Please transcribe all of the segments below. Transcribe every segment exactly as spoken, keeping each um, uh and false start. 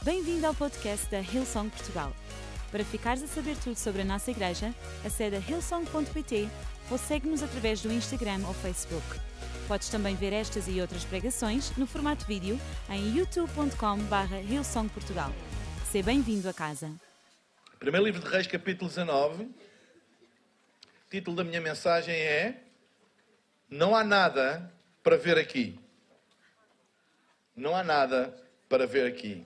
Bem-vindo ao podcast da Hillsong Portugal. Para ficares a saber tudo sobre a nossa igreja, acede a hillsong ponto pt ou segue-nos através do Instagram ou Facebook. Podes também ver estas e outras pregações no formato vídeo em youtube ponto com barra hillsong portugal. Seja bem-vindo a casa. Primeiro livro de Reis, capítulo dezanove. O título da minha mensagem é Não há nada para ver aqui. Não há nada para ver aqui.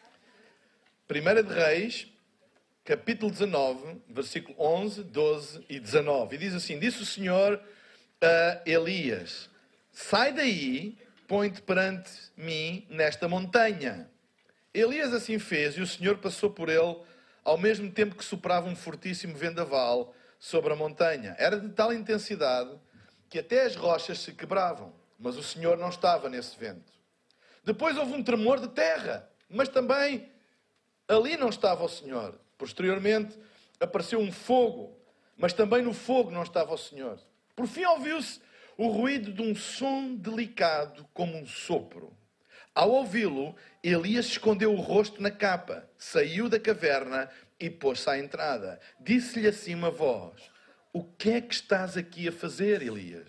Primeira de Reis, capítulo dezanove, versículo onze, doze e dezanove. E diz assim: Disse o Senhor a Elias: Sai daí, põe-te perante mim nesta montanha. Elias assim fez, e o Senhor passou por ele ao mesmo tempo que soprava um fortíssimo vendaval sobre a montanha. Era de tal intensidade que até as rochas se quebravam, mas o Senhor não estava nesse vento. Depois houve um tremor de terra, mas também ali não estava o Senhor. Posteriormente apareceu um fogo, mas também no fogo não estava o Senhor. Por fim ouviu-se o ruído de um som delicado como um sopro. Ao ouvi-lo, Elias escondeu o rosto na capa, saiu da caverna e pôs-se à entrada. Disse-lhe assim uma voz: O que é que estás aqui a fazer, Elias?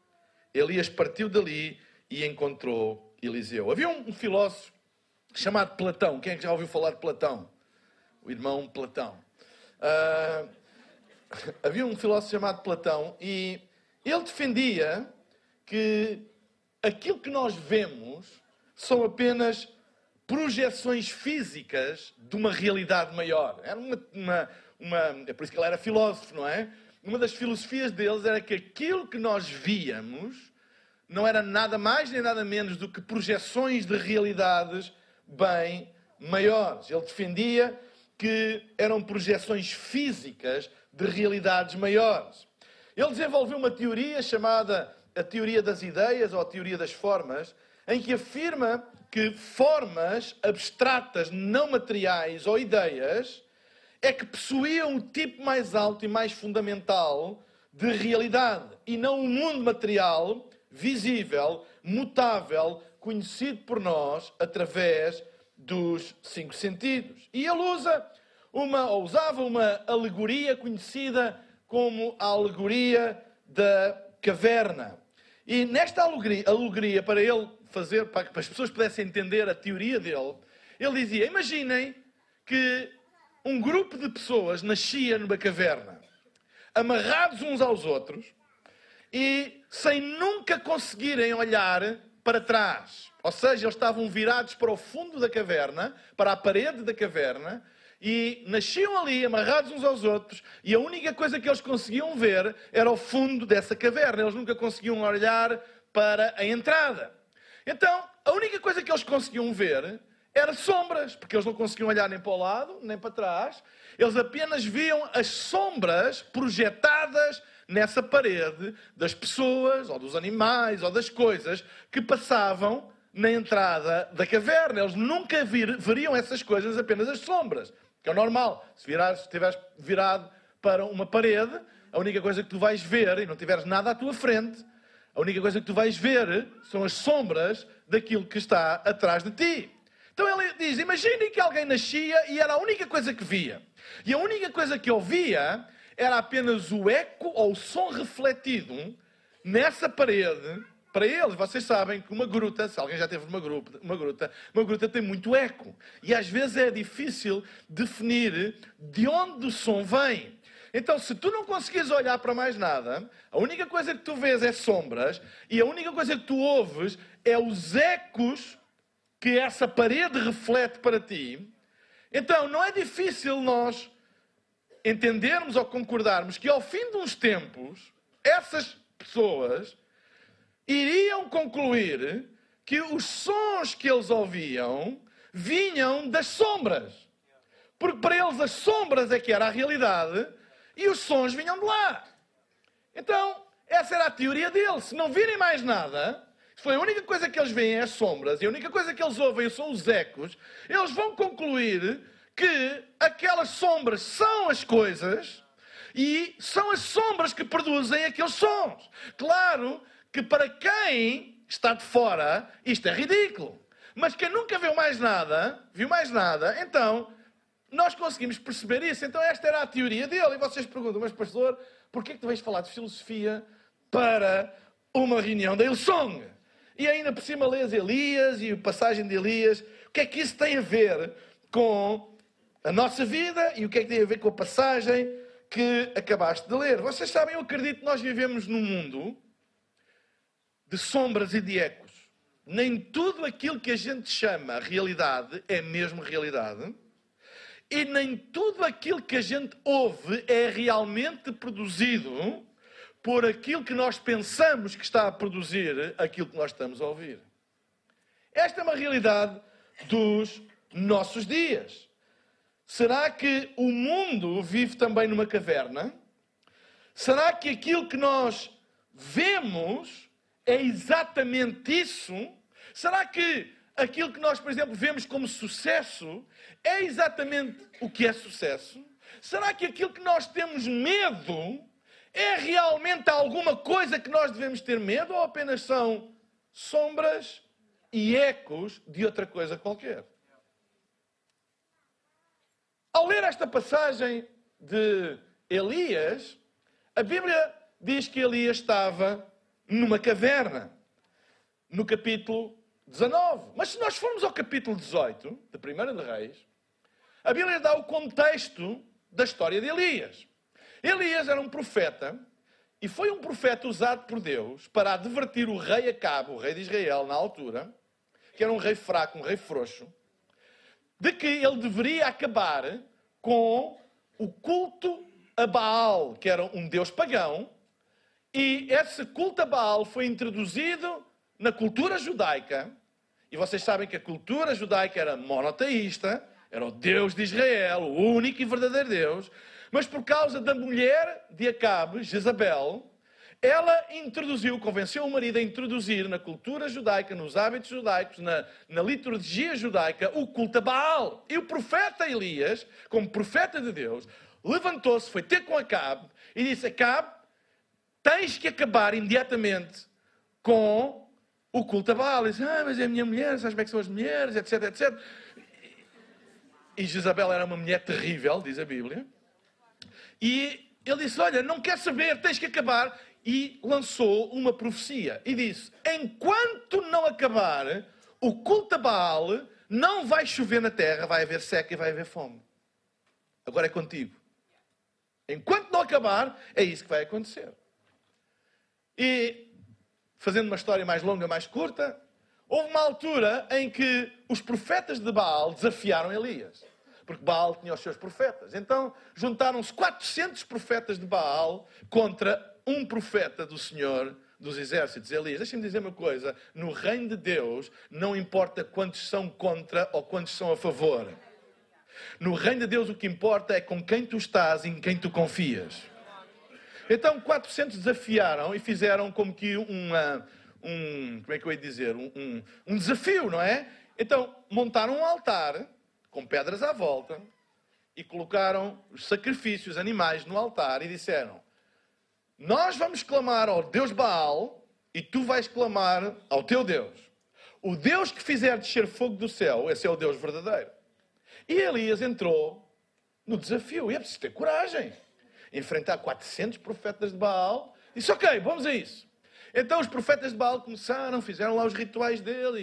Elias partiu dali e encontrou Eliseu. Havia um filósofo chamado Platão. Quem é que já ouviu falar de Platão? O irmão Platão. Uh, havia um filósofo chamado Platão e ele defendia que aquilo que nós vemos são apenas projeções físicas de uma realidade maior. Era uma, uma, uma, é por isso que ele era filósofo, não é? Uma das filosofias deles era que aquilo que nós víamos não era nada mais nem nada menos do que projeções de realidades bem maiores. Ele defendia que eram projeções físicas de realidades maiores. Ele desenvolveu uma teoria chamada a teoria das ideias ou a teoria das formas, em que afirma que formas abstratas, não materiais ou ideias é que possuíam o tipo mais alto e mais fundamental de realidade e não o mundo material, visível, mutável, conhecido por nós através dos cinco sentidos. E ele usa uma, ou usava uma alegoria conhecida como a alegoria da caverna. E nesta alegoria, alegoria para ele fazer, para que as pessoas pudessem entender a teoria dele, ele dizia: imaginem que um grupo de pessoas nascia numa caverna, amarrados uns aos outros, e sem nunca conseguirem olhar para trás. Ou seja, eles estavam virados para o fundo da caverna, para a parede da caverna, e nasciam ali, amarrados uns aos outros, e a única coisa que eles conseguiam ver era o fundo dessa caverna. Eles nunca conseguiam olhar para a entrada. Então, a única coisa que eles conseguiam ver era sombras, porque eles não conseguiam olhar nem para o lado, nem para trás. Eles apenas viam as sombras projetadas nessa parede das pessoas, ou dos animais, ou das coisas que passavam na entrada da caverna. Eles nunca vir, veriam essas coisas, apenas as sombras. Que é o normal. Se, virares, se estiveres virado para uma parede, a única coisa que tu vais ver, e não tiveres nada à tua frente, a única coisa que tu vais ver são as sombras daquilo que está atrás de ti. Então ele diz: imaginem que alguém nascia e era a única coisa que via. E a única coisa que ouvia era apenas o eco ou o som refletido nessa parede. Para eles, vocês sabem que uma gruta, se alguém já teve uma gruta, uma gruta, uma gruta tem muito eco. E às vezes é difícil definir de onde o som vem. Então, se tu não conseguires olhar para mais nada, a única coisa que tu vês é sombras, e a única coisa que tu ouves é os ecos que essa parede reflete para ti. Então, não é difícil nós entendermos ou concordarmos que ao fim de uns tempos, essas pessoas iriam concluir que os sons que eles ouviam vinham das sombras. Porque para eles as sombras é que era a realidade e os sons vinham de lá. Então, essa era a teoria deles. Se não virem mais nada, se foi a única coisa que eles veem é as sombras e a única coisa que eles ouvem são os ecos, eles vão concluir que aquelas sombras são as coisas e são as sombras que produzem aqueles sons. Claro que para quem está de fora, isto é ridículo. Mas quem nunca viu mais nada, viu mais nada, então nós conseguimos perceber isso. Então esta era a teoria dele. E vocês perguntam, mas pastor, porquê é que tu vais falar de filosofia para uma reunião da Hillsong? E ainda por cima lês Elias e a passagem de Elias. O que é que isso tem a ver com a nossa vida e o que é que tem a ver com a passagem que acabaste de ler? Vocês sabem, eu acredito que nós vivemos num mundo de sombras e de ecos. Nem tudo aquilo que a gente chama realidade é mesmo realidade. E nem tudo aquilo que a gente ouve é realmente produzido por aquilo que nós pensamos que está a produzir aquilo que nós estamos a ouvir. Esta é uma realidade dos nossos dias. Será que o mundo vive também numa caverna? Será que aquilo que nós vemos é exatamente isso? Será que aquilo que nós, por exemplo, vemos como sucesso é exatamente o que é sucesso? Será que aquilo que nós temos medo é realmente alguma coisa que nós devemos ter medo ou apenas são sombras e ecos de outra coisa qualquer? Ao ler esta passagem de Elias, a Bíblia diz que Elias estava numa caverna, no capítulo dezanove. Mas se nós formos ao capítulo dezoito, de primeira de Reis, a Bíblia dá o contexto da história de Elias. Elias era um profeta, e foi um profeta usado por Deus para advertir o rei Acabe, o rei de Israel, na altura, que era um rei fraco, um rei frouxo, de que ele deveria acabar com o culto a Baal, que era um deus pagão, e esse culto a Baal foi introduzido na cultura judaica, e vocês sabem que a cultura judaica era monoteísta, era o Deus de Israel, o único e verdadeiro Deus, mas por causa da mulher de Acabe, Jezabel, ela introduziu, convenceu o marido a introduzir na cultura judaica, nos hábitos judaicos, na, na liturgia judaica, o culto a Baal. E o profeta Elias, como profeta de Deus, levantou-se, foi ter com Acabe e disse: Acabe, tens que acabar imediatamente com o culto a Baal. Ele disse: ah, mas é a minha mulher, sabes como é que são as mulheres, etc, etcétera. E Jezabel era uma mulher terrível, diz a Bíblia. E ele disse: olha, não quer saber, tens que acabar. E lançou uma profecia. E disse: enquanto não acabar o culto a Baal, não vai chover na terra, vai haver seca e vai haver fome. Agora é contigo. Enquanto não acabar, é isso que vai acontecer. E, fazendo uma história mais longa, mais curta, houve uma altura em que os profetas de Baal desafiaram Elias. Porque Baal tinha os seus profetas. Então, juntaram-se quatrocentos profetas de Baal contra um profeta do Senhor dos Exércitos, Elias. Deixem-me dizer uma coisa. No reino de Deus, não importa quantos são contra ou quantos são a favor. No reino de Deus, o que importa é com quem tu estás e em quem tu confias. Então, quatrocentos desafiaram e fizeram como que uma, um, como é que eu ia dizer, um, um, um desafio, não é? Então, montaram um altar com pedras à volta e colocaram os sacrifícios, animais no altar e disseram: nós vamos clamar ao Deus Baal e tu vais clamar ao teu Deus. O Deus que fizer descer fogo do céu, esse é o Deus verdadeiro. E Elias entrou no desafio. E é preciso ter coragem. Enfrentar quatrocentos profetas de Baal. Disse: ok, vamos a isso. Então os profetas de Baal começaram, fizeram lá os rituais dele,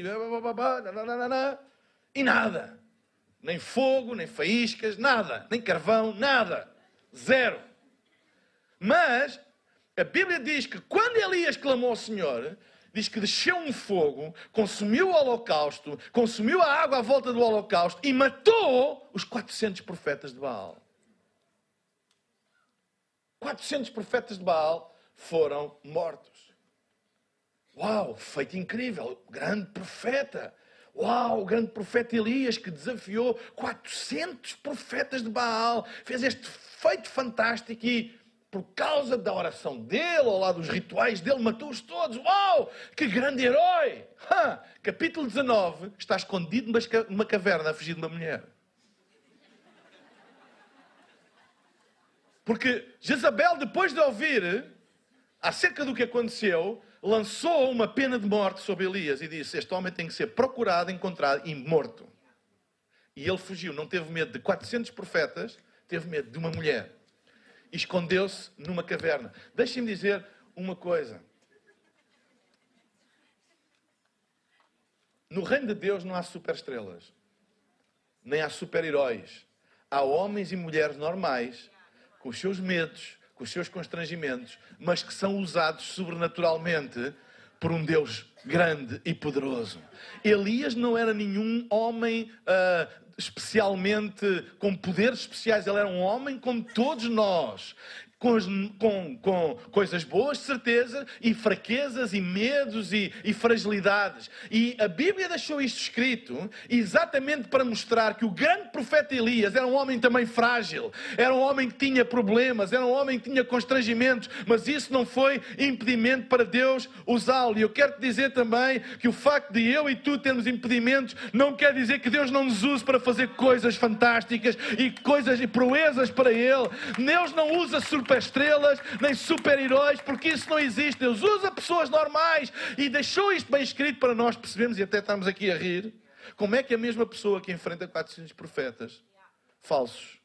e nada. Nem fogo, nem faíscas, nada. Nem carvão, nada. Zero. Mas a Bíblia diz que quando Elias clamou ao Senhor, diz que desceu um fogo, consumiu o holocausto, consumiu a água à volta do holocausto e matou os quatrocentos profetas de Baal. quatrocentos profetas de Baal foram mortos. Uau, feito incrível, grande profeta. Uau, o grande profeta Elias que desafiou quatrocentos profetas de Baal, fez este feito fantástico e por causa da oração dele, ou lá dos rituais dele, matou-os todos. Uau, que grande herói! Ha, capítulo dezanove, está escondido numa caverna a fugir de uma mulher. Porque Jezabel, depois de ouvir acerca do que aconteceu, lançou uma pena de morte sobre Elias e disse: este homem tem que ser procurado, encontrado e morto. E ele fugiu, não teve medo de quatrocentos profetas, teve medo de uma mulher. E escondeu-se numa caverna. Deixem-me dizer uma coisa. No reino de Deus não há superestrelas, nem há super-heróis. Há homens e mulheres normais, com os seus medos, com os seus constrangimentos, mas que são usados sobrenaturalmente por um Deus grande e poderoso. Elias não era nenhum homem uh, especialmente com poderes especiais. Ele era um homem como todos nós. Com, com, com coisas boas, de certeza, e fraquezas, e medos, e, e fragilidades. E a Bíblia deixou isto escrito exatamente para mostrar que o grande profeta Elias era um homem também frágil, era um homem que tinha problemas, era um homem que tinha constrangimentos, mas isso não foi impedimento para Deus usá-lo. E eu quero te dizer também que o facto de eu e tu termos impedimentos não quer dizer que Deus não nos use para fazer coisas fantásticas e coisas e proezas para Ele. Deus não usa super estrelas, nem super-heróis, porque isso não existe. Deus usa pessoas normais e deixou isto bem escrito para nós percebermos, e até estamos aqui a rir, como é que a mesma pessoa que enfrenta quatrocentos profetas falsos,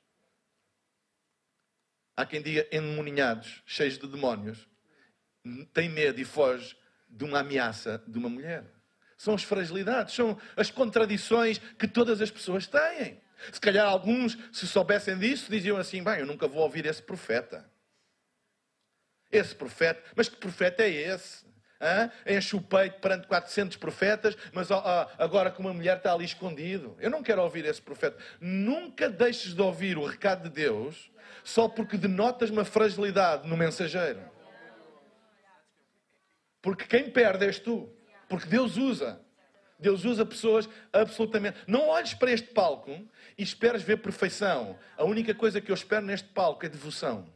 há quem diga endemoninhados, cheios de demónios, tem medo e foge de uma ameaça de uma mulher. São as fragilidades, são as contradições que todas as pessoas têm. Se calhar alguns, se soubessem disso, diziam assim: bem, eu nunca vou ouvir esse profeta. Esse profeta, mas que profeta é esse? Hã? Enche o peito perante quatrocentos profetas, mas ó, ó, agora que uma mulher está ali escondido. Eu não quero ouvir esse profeta. Nunca deixes de ouvir o recado de Deus só porque denotas uma fragilidade no mensageiro. Porque quem perde és tu. Porque Deus usa. Deus usa pessoas absolutamente... Não olhes para este palco e esperes ver perfeição. A única coisa que eu espero neste palco é devoção.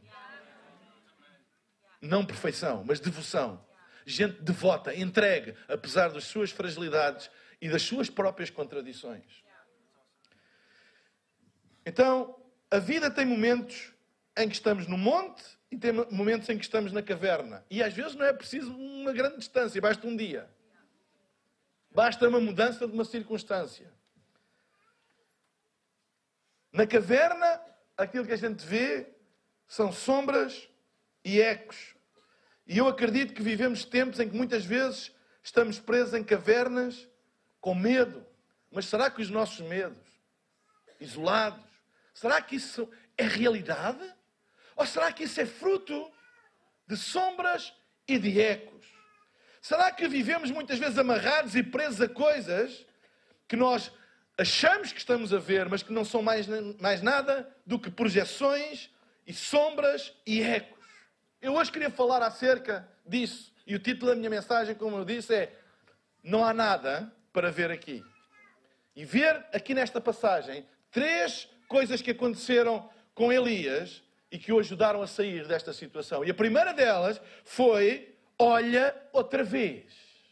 Não perfeição, mas devoção. Gente devota, entregue, apesar das suas fragilidades e das suas próprias contradições. Então, a vida tem momentos em que estamos no monte e tem momentos em que estamos na caverna. E às vezes não é preciso uma grande distância, basta um dia. Basta uma mudança de uma circunstância. Na caverna, aquilo que a gente vê são sombras e ecos. E eu acredito que vivemos tempos em que muitas vezes estamos presos em cavernas com medo. Mas será que os nossos medos, isolados, será que isso é realidade? Ou será que isso é fruto de sombras e de ecos? Será que vivemos muitas vezes amarrados e presos a coisas que nós achamos que estamos a ver, mas que não são mais, mais nada do que projeções e sombras e ecos? Eu hoje queria falar acerca disso. E o título da minha mensagem, como eu disse, é: não há nada para ver aqui. E ver aqui nesta passagem três coisas que aconteceram com Elias e que o ajudaram a sair desta situação. E a primeira delas foi: olha outra vez.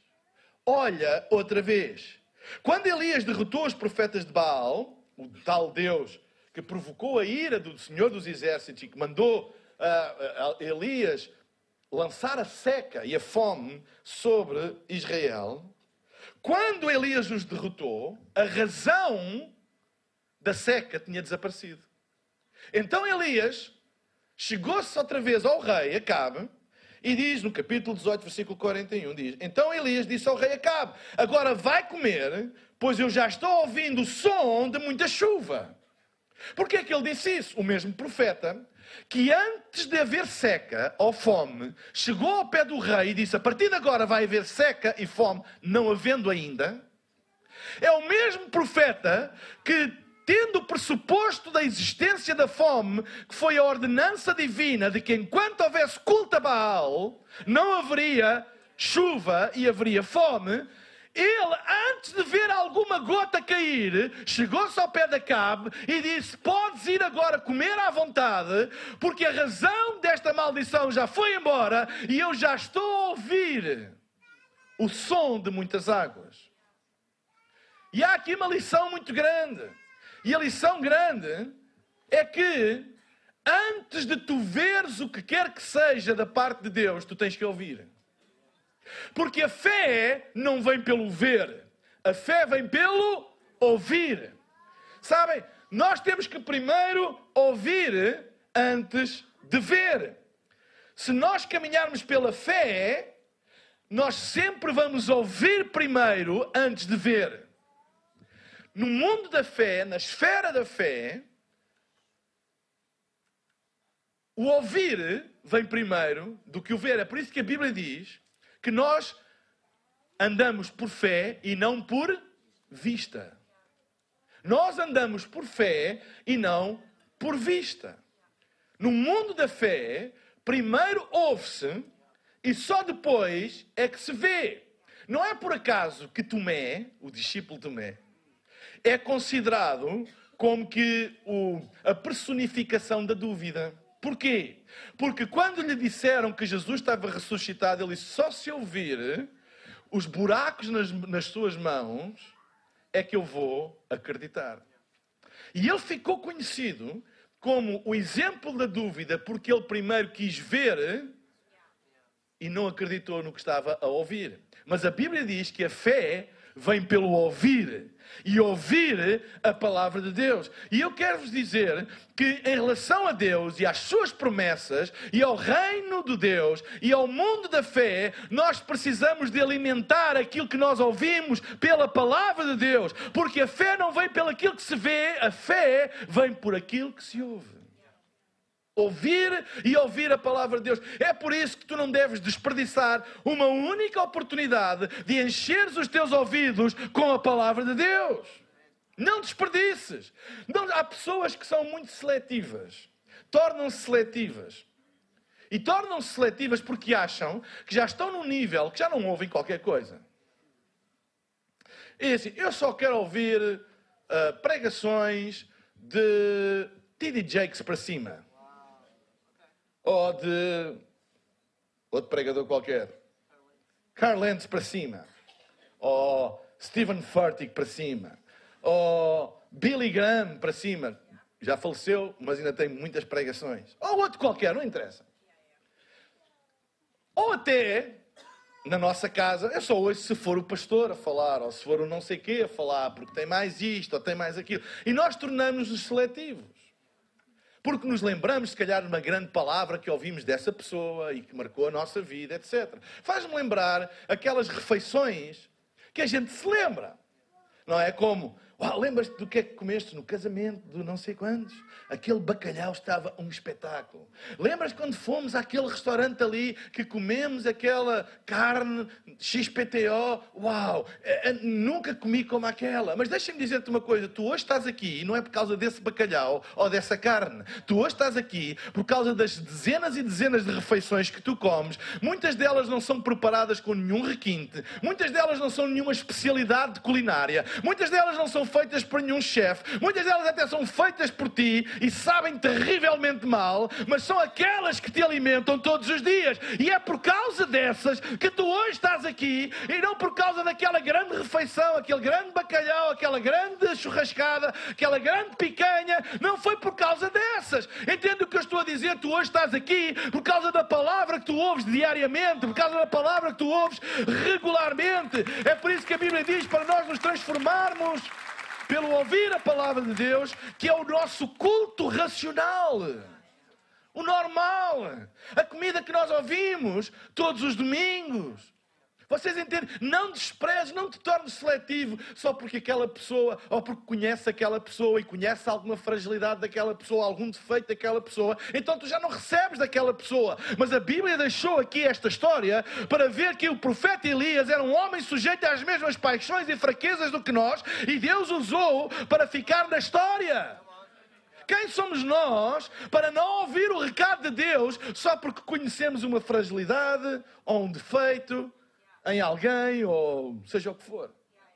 Olha outra vez. Quando Elias derrotou os profetas de Baal, o tal Deus que provocou a ira do Senhor dos Exércitos e que mandou uh, uh, Elias lançar a seca e a fome sobre Israel, quando Elias os derrotou, a razão da seca tinha desaparecido. Então Elias chegou-se outra vez ao rei Acabe e diz no capítulo dezoito, versículo quarenta e um, diz: então Elias disse ao rei Acabe: agora vai comer, pois eu já estou ouvindo o som de muita chuva. Porquê é que ele disse isso? O mesmo profeta que antes de haver seca ou fome, chegou ao pé do rei e disse: a partir de agora vai haver seca e fome, não havendo ainda. É o mesmo profeta que, tendo o pressuposto da existência da fome, que foi a ordenança divina de que enquanto houvesse culto a Baal, não haveria chuva e haveria fome, ele, antes de ver alguma gota cair, chegou-se ao pé de Acabe e disse: podes ir agora comer à vontade, porque a razão desta maldição já foi embora e eu já estou a ouvir o som de muitas águas. E há aqui uma lição muito grande. E a lição grande é que antes de tu veres o que quer que seja da parte de Deus, tu tens que ouvir. Porque a fé não vem pelo ver. A fé vem pelo ouvir. Sabem? Nós temos que primeiro ouvir antes de ver. Se nós caminharmos pela fé, nós sempre vamos ouvir primeiro antes de ver. No mundo da fé, na esfera da fé, o ouvir vem primeiro do que o ver. É por isso que a Bíblia diz que nós andamos por fé e não por vista. Nós andamos por fé e não por vista. No mundo da fé, primeiro ouve-se e só depois é que se vê. Não é por acaso que Tomé, o discípulo Tomé, é considerado como que o, a personificação da dúvida. Porquê? Porque quando lhe disseram que Jesus estava ressuscitado, ele disse, só se eu vir os buracos nas, nas suas mãos, é que eu vou acreditar. E ele ficou conhecido como o exemplo da dúvida, porque ele primeiro quis ver e não acreditou no que estava a ouvir. Mas a Bíblia diz que a fé vem pelo ouvir. E ouvir a palavra de Deus. E eu quero vos dizer que em relação a Deus e às suas promessas e ao reino de Deus e ao mundo da fé, nós precisamos de alimentar aquilo que nós ouvimos pela palavra de Deus. Porque a fé não vem pelo aquilo que se vê, a fé vem por aquilo que se ouve. Ouvir e ouvir a palavra de Deus. É por isso que tu não deves desperdiçar uma única oportunidade de encheres os teus ouvidos com a palavra de Deus. Não desperdices. Não, há pessoas que são muito seletivas. Tornam-se seletivas. E tornam-se seletivas porque acham que já estão num nível que já não ouvem qualquer coisa. E assim, eu só quero ouvir uh, pregações de T D Jakes para cima. Ou de outro pregador qualquer. Carl Lentz para cima. Ou Stephen Furtick para cima. Ou Billy Graham para cima. Já faleceu, mas ainda tem muitas pregações. Ou outro qualquer, não interessa. Ou até, na nossa casa, é só hoje se for o pastor a falar, ou se for o não sei quê a falar, porque tem mais isto, ou tem mais aquilo. E nós tornamos-nos seletivos. Porque nos lembramos, se calhar, de uma grande palavra que ouvimos dessa pessoa e que marcou a nossa vida, etcétera. Faz-me lembrar aquelas refeições que a gente se lembra. Não é como, oh, lembras-te do que é que comeste no casamento do não sei quantos? Aquele bacalhau estava um espetáculo. Lembras quando fomos àquele restaurante ali que comemos aquela carne X P T O? Uau, é, é, nunca comi como aquela. Mas deixa-me dizer-te uma coisa, tu hoje estás aqui e não é por causa desse bacalhau ou dessa carne. Tu hoje estás aqui por causa das dezenas e dezenas de refeições que tu comes. Muitas delas não são preparadas com nenhum requinte. Muitas delas não são nenhuma especialidade de culinária. Muitas delas não são feitas por nenhum chefe. Muitas delas até são feitas por ti e sabem terrivelmente mal, mas são aquelas que te alimentam todos os dias. E é por causa dessas que tu hoje estás aqui e não por causa daquela grande refeição, aquele grande bacalhau, aquela grande churrascada, aquela grande picanha. Não foi por causa dessas. Entende o que eu estou a dizer? Tu hoje estás aqui por causa da palavra que tu ouves diariamente, por causa da palavra que tu ouves regularmente. É por isso que a Bíblia diz para nós nos transformarmos pelo ouvir a palavra de Deus, que é o nosso culto racional. O normal. A comida que nós ouvimos todos os domingos. Vocês entendem? Não desprezes, não te tornes seletivo só porque aquela pessoa, ou porque conhece aquela pessoa e conhece alguma fragilidade daquela pessoa, algum defeito daquela pessoa, então tu já não recebes daquela pessoa. Mas a Bíblia deixou aqui esta história para ver que o profeta Elias era um homem sujeito às mesmas paixões e fraquezas do que nós, e Deus usou para ficar na história. Quem somos nós para não ouvir o recado de Deus só porque conhecemos uma fragilidade ou um defeito em alguém, ou seja o que for?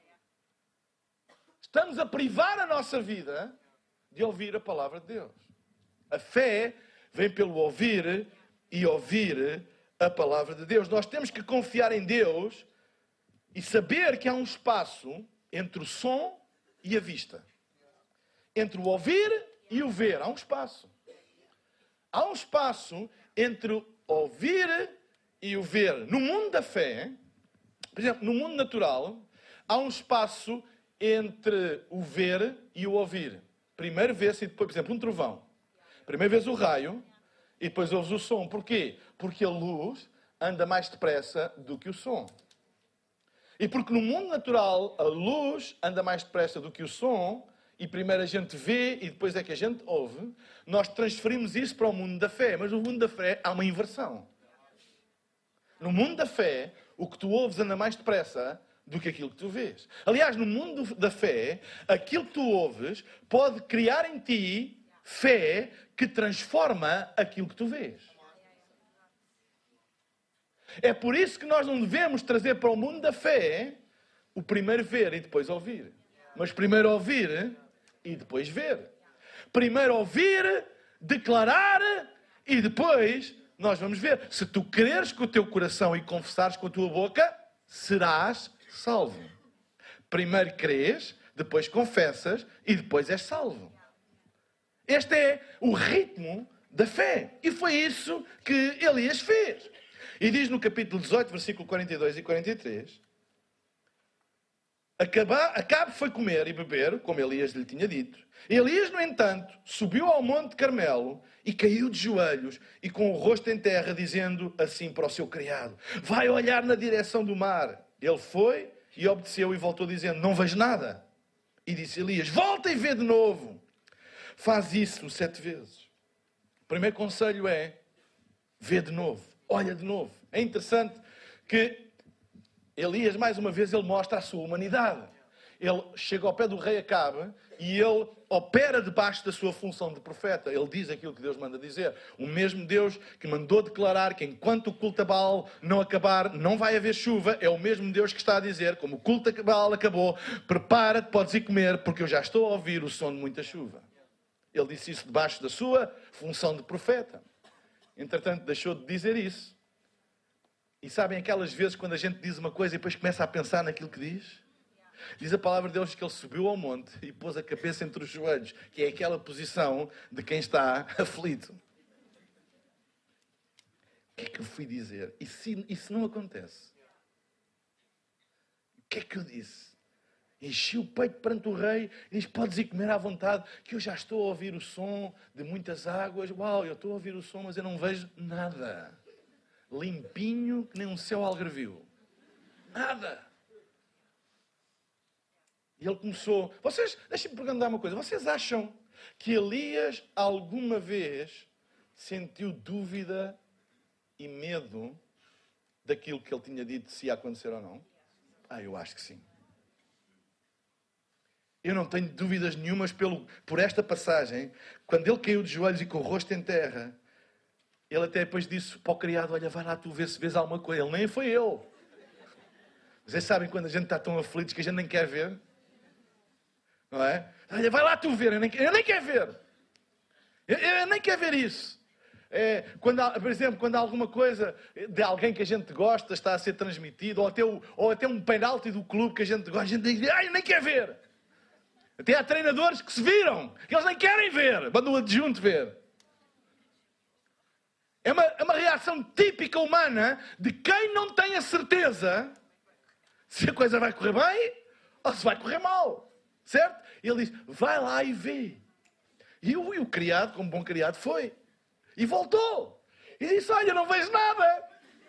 Estamos a privar a nossa vida de ouvir a palavra de Deus. A fé vem pelo ouvir e ouvir a palavra de Deus. Nós temos que confiar em Deus e saber que há um espaço entre o som e a vista. Entre o ouvir e o ver. Há um espaço. Há um espaço entre o ouvir e o ver. No mundo da fé, por exemplo, no mundo natural, há um espaço entre o ver e o ouvir. Primeiro vê-se e depois, por exemplo, um trovão. Primeiro vês o raio e depois ouves o som. Porquê? Porque a luz anda mais depressa do que o som. E porque no mundo natural a luz anda mais depressa do que o som, e primeiro a gente vê e depois é que a gente ouve, nós transferimos isso para o mundo da fé. Mas no mundo da fé há uma inversão. No mundo da fé, o que tu ouves anda mais depressa do que aquilo que tu vês. Aliás, no mundo da fé, aquilo que tu ouves pode criar em ti fé que transforma aquilo que tu vês. É por isso que nós não devemos trazer para o mundo da fé o primeiro ver e depois ouvir. Mas primeiro ouvir e depois ver. Primeiro ouvir, declarar e depois nós vamos ver. Se tu creres com o teu coração e confessares com a tua boca, serás salvo. Primeiro crês, depois confessas e depois és salvo. Este é o ritmo da fé. E foi isso que Elias fez. E diz no capítulo dezoito, versículo quarenta e dois e quarenta e três... Acabe foi comer e beber, como Elias lhe tinha dito. Elias, no entanto, subiu ao monte Carmelo e caiu de joelhos e com o rosto em terra, dizendo assim para o seu criado: vai olhar na direção do mar. Ele foi e obedeceu e voltou dizendo: não vejo nada. E disse Elias: volta e vê de novo. Faz isso sete vezes. O primeiro conselho é: vê de novo, olha de novo. É interessante que Elias, mais uma vez, ele mostra a sua humanidade. Ele chega ao pé do rei Acabe e ele opera debaixo da sua função de profeta. Ele diz aquilo que Deus manda dizer. O mesmo Deus que mandou declarar que enquanto o culto a Baal não acabar, não vai haver chuva, é o mesmo Deus que está a dizer, como o culto a Baal acabou, prepara-te, podes ir comer, porque eu já estou a ouvir o som de muita chuva. Ele disse isso debaixo da sua função de profeta. Entretanto, deixou de dizer isso. E sabem aquelas vezes quando a gente diz uma coisa e depois começa a pensar naquilo que diz? Diz a palavra de Deus que ele subiu ao monte e pôs a cabeça entre os joelhos, que é aquela posição de quem está aflito. O que é que eu fui dizer? E se isso não acontece? O que é que eu disse? Enchi o peito perante o rei e diz: podes ir comer à vontade, que eu já estou a ouvir o som de muitas águas. Uau, eu estou a ouvir o som, mas eu não vejo nada. Limpinho, que nem um céu algarvio. Nada. E ele começou... Vocês, deixem-me perguntar uma coisa. Vocês acham que Elias alguma vez sentiu dúvida e medo daquilo que ele tinha dito, se ia acontecer ou não? Ah, eu acho que sim. Eu não tenho dúvidas nenhumas pelo, por esta passagem. Quando ele caiu de joelhos e com o rosto em terra, ele até depois disse para o criado: olha, vai lá tu ver se vês alguma coisa. Ele nem foi eu. Vocês sabem quando a gente está tão aflito que a gente nem quer ver? Não é? Olha, vai lá tu ver, eu nem, eu nem quero ver. Eu, eu nem quero ver isso. É, quando há, por exemplo, quando há alguma coisa de alguém que a gente gosta está a ser transmitido, ou até, o, ou até um penalti do clube que a gente gosta, a gente diz: ai, eu nem quero ver. Até há treinadores que se viram, que eles nem querem ver, mandam o adjunto ver. É uma, é uma reação típica humana de quem não tem a certeza se a coisa vai correr bem ou se vai correr mal. Certo? E ele diz: vai lá e vê. E o, e o criado, como bom criado, foi. E voltou. E disse: olha, não vejo nada.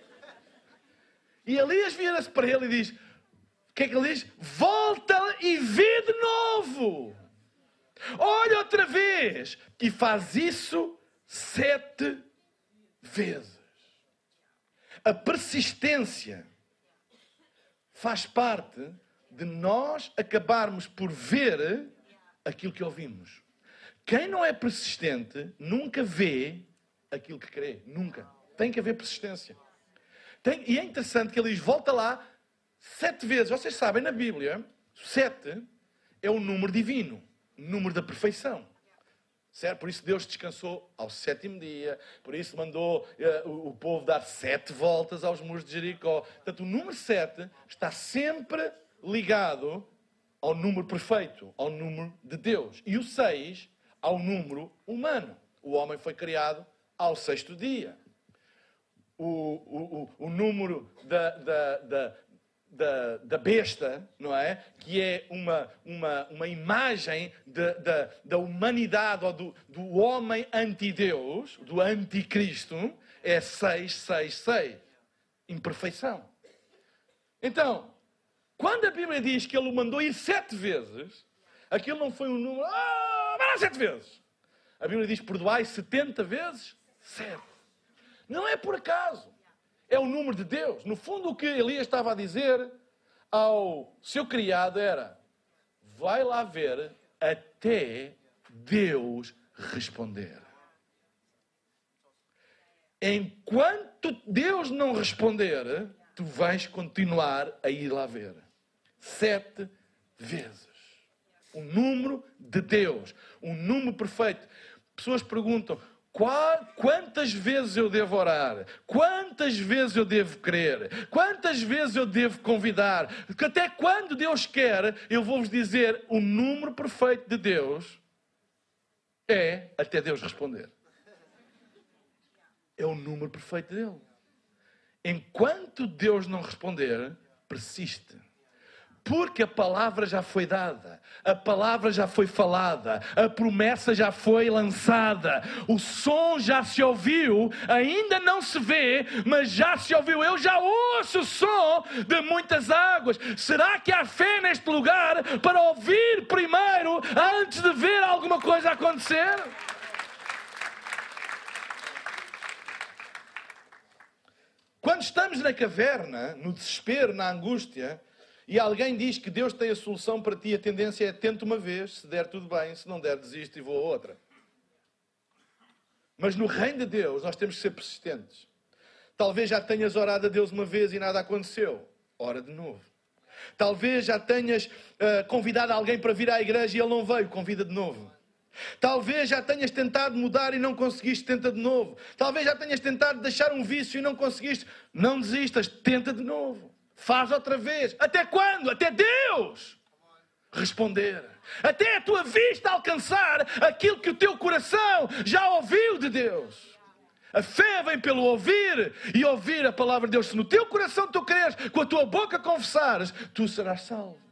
E Elias vira-se para ele e diz: o que é que ele diz? Volta e vê de novo. Olha outra vez. E faz isso sete vezes. A persistência faz parte de nós acabarmos por ver aquilo que ouvimos. Quem não é persistente nunca vê aquilo que crê. Nunca. Tem que haver persistência. Tem, e é interessante que ele diz: volta lá sete vezes. Vocês sabem, na Bíblia, sete é o número divino, o número da perfeição. Certo? Por isso Deus descansou ao sétimo dia. Por isso mandou uh, o, o povo dar sete voltas aos muros de Jericó. Portanto, o número sete está sempre ligado ao número perfeito, ao número de Deus. E o seis ao número humano. O homem foi criado ao sexto dia. o, o, o, o número da, da, da, da, da besta, não é? Que é uma, uma, uma imagem de, da, da humanidade ou do, do homem anti-Deus, do anticristo, é seis, seis, seis. Imperfeição. Então, quando a Bíblia diz que ele o mandou ir sete vezes, aquilo não foi um número, ah, vai lá sete vezes. A Bíblia diz, perdoai setenta vezes sete. Não é por acaso. É o número de Deus. No fundo, o que Elias estava a dizer ao seu criado era, vai lá ver até Deus responder. Enquanto Deus não responder, tu vais continuar a ir lá ver. Sete vezes. O número de Deus. Um número perfeito. Pessoas perguntam, qual, quantas vezes eu devo orar? Quantas vezes eu devo crer? Quantas vezes eu devo convidar? Até quando Deus quer, eu vou-vos dizer, o número perfeito de Deus é até Deus responder. É o número perfeito dele. Enquanto Deus não responder, persiste. Porque a palavra já foi dada, a palavra já foi falada, a promessa já foi lançada, o som já se ouviu, ainda não se vê, mas já se ouviu. Eu já ouço o som de muitas águas. Será que há fé neste lugar para ouvir primeiro, antes de ver alguma coisa acontecer? Quando estamos na caverna, no desespero, na angústia, e alguém diz que Deus tem a solução para ti, a tendência é tenta uma vez, se der tudo bem, se não der desisto e vou a outra. Mas no reino de Deus nós temos que ser persistentes. Talvez já tenhas orado a Deus uma vez e nada aconteceu. Ora de novo. Talvez já tenhas uh, convidado alguém para vir à igreja e ele não veio, convida de novo. Talvez já tenhas tentado mudar e não conseguiste, tenta de novo. Talvez já tenhas tentado deixar um vício e não conseguiste, não desistas, tenta de novo. Faz outra vez. Até quando? Até Deus responder. Até a tua vista alcançar aquilo que o teu coração já ouviu de Deus. A fé vem pelo ouvir e ouvir a palavra de Deus. Se no teu coração tu creres, com a tua boca confessares, tu serás salvo.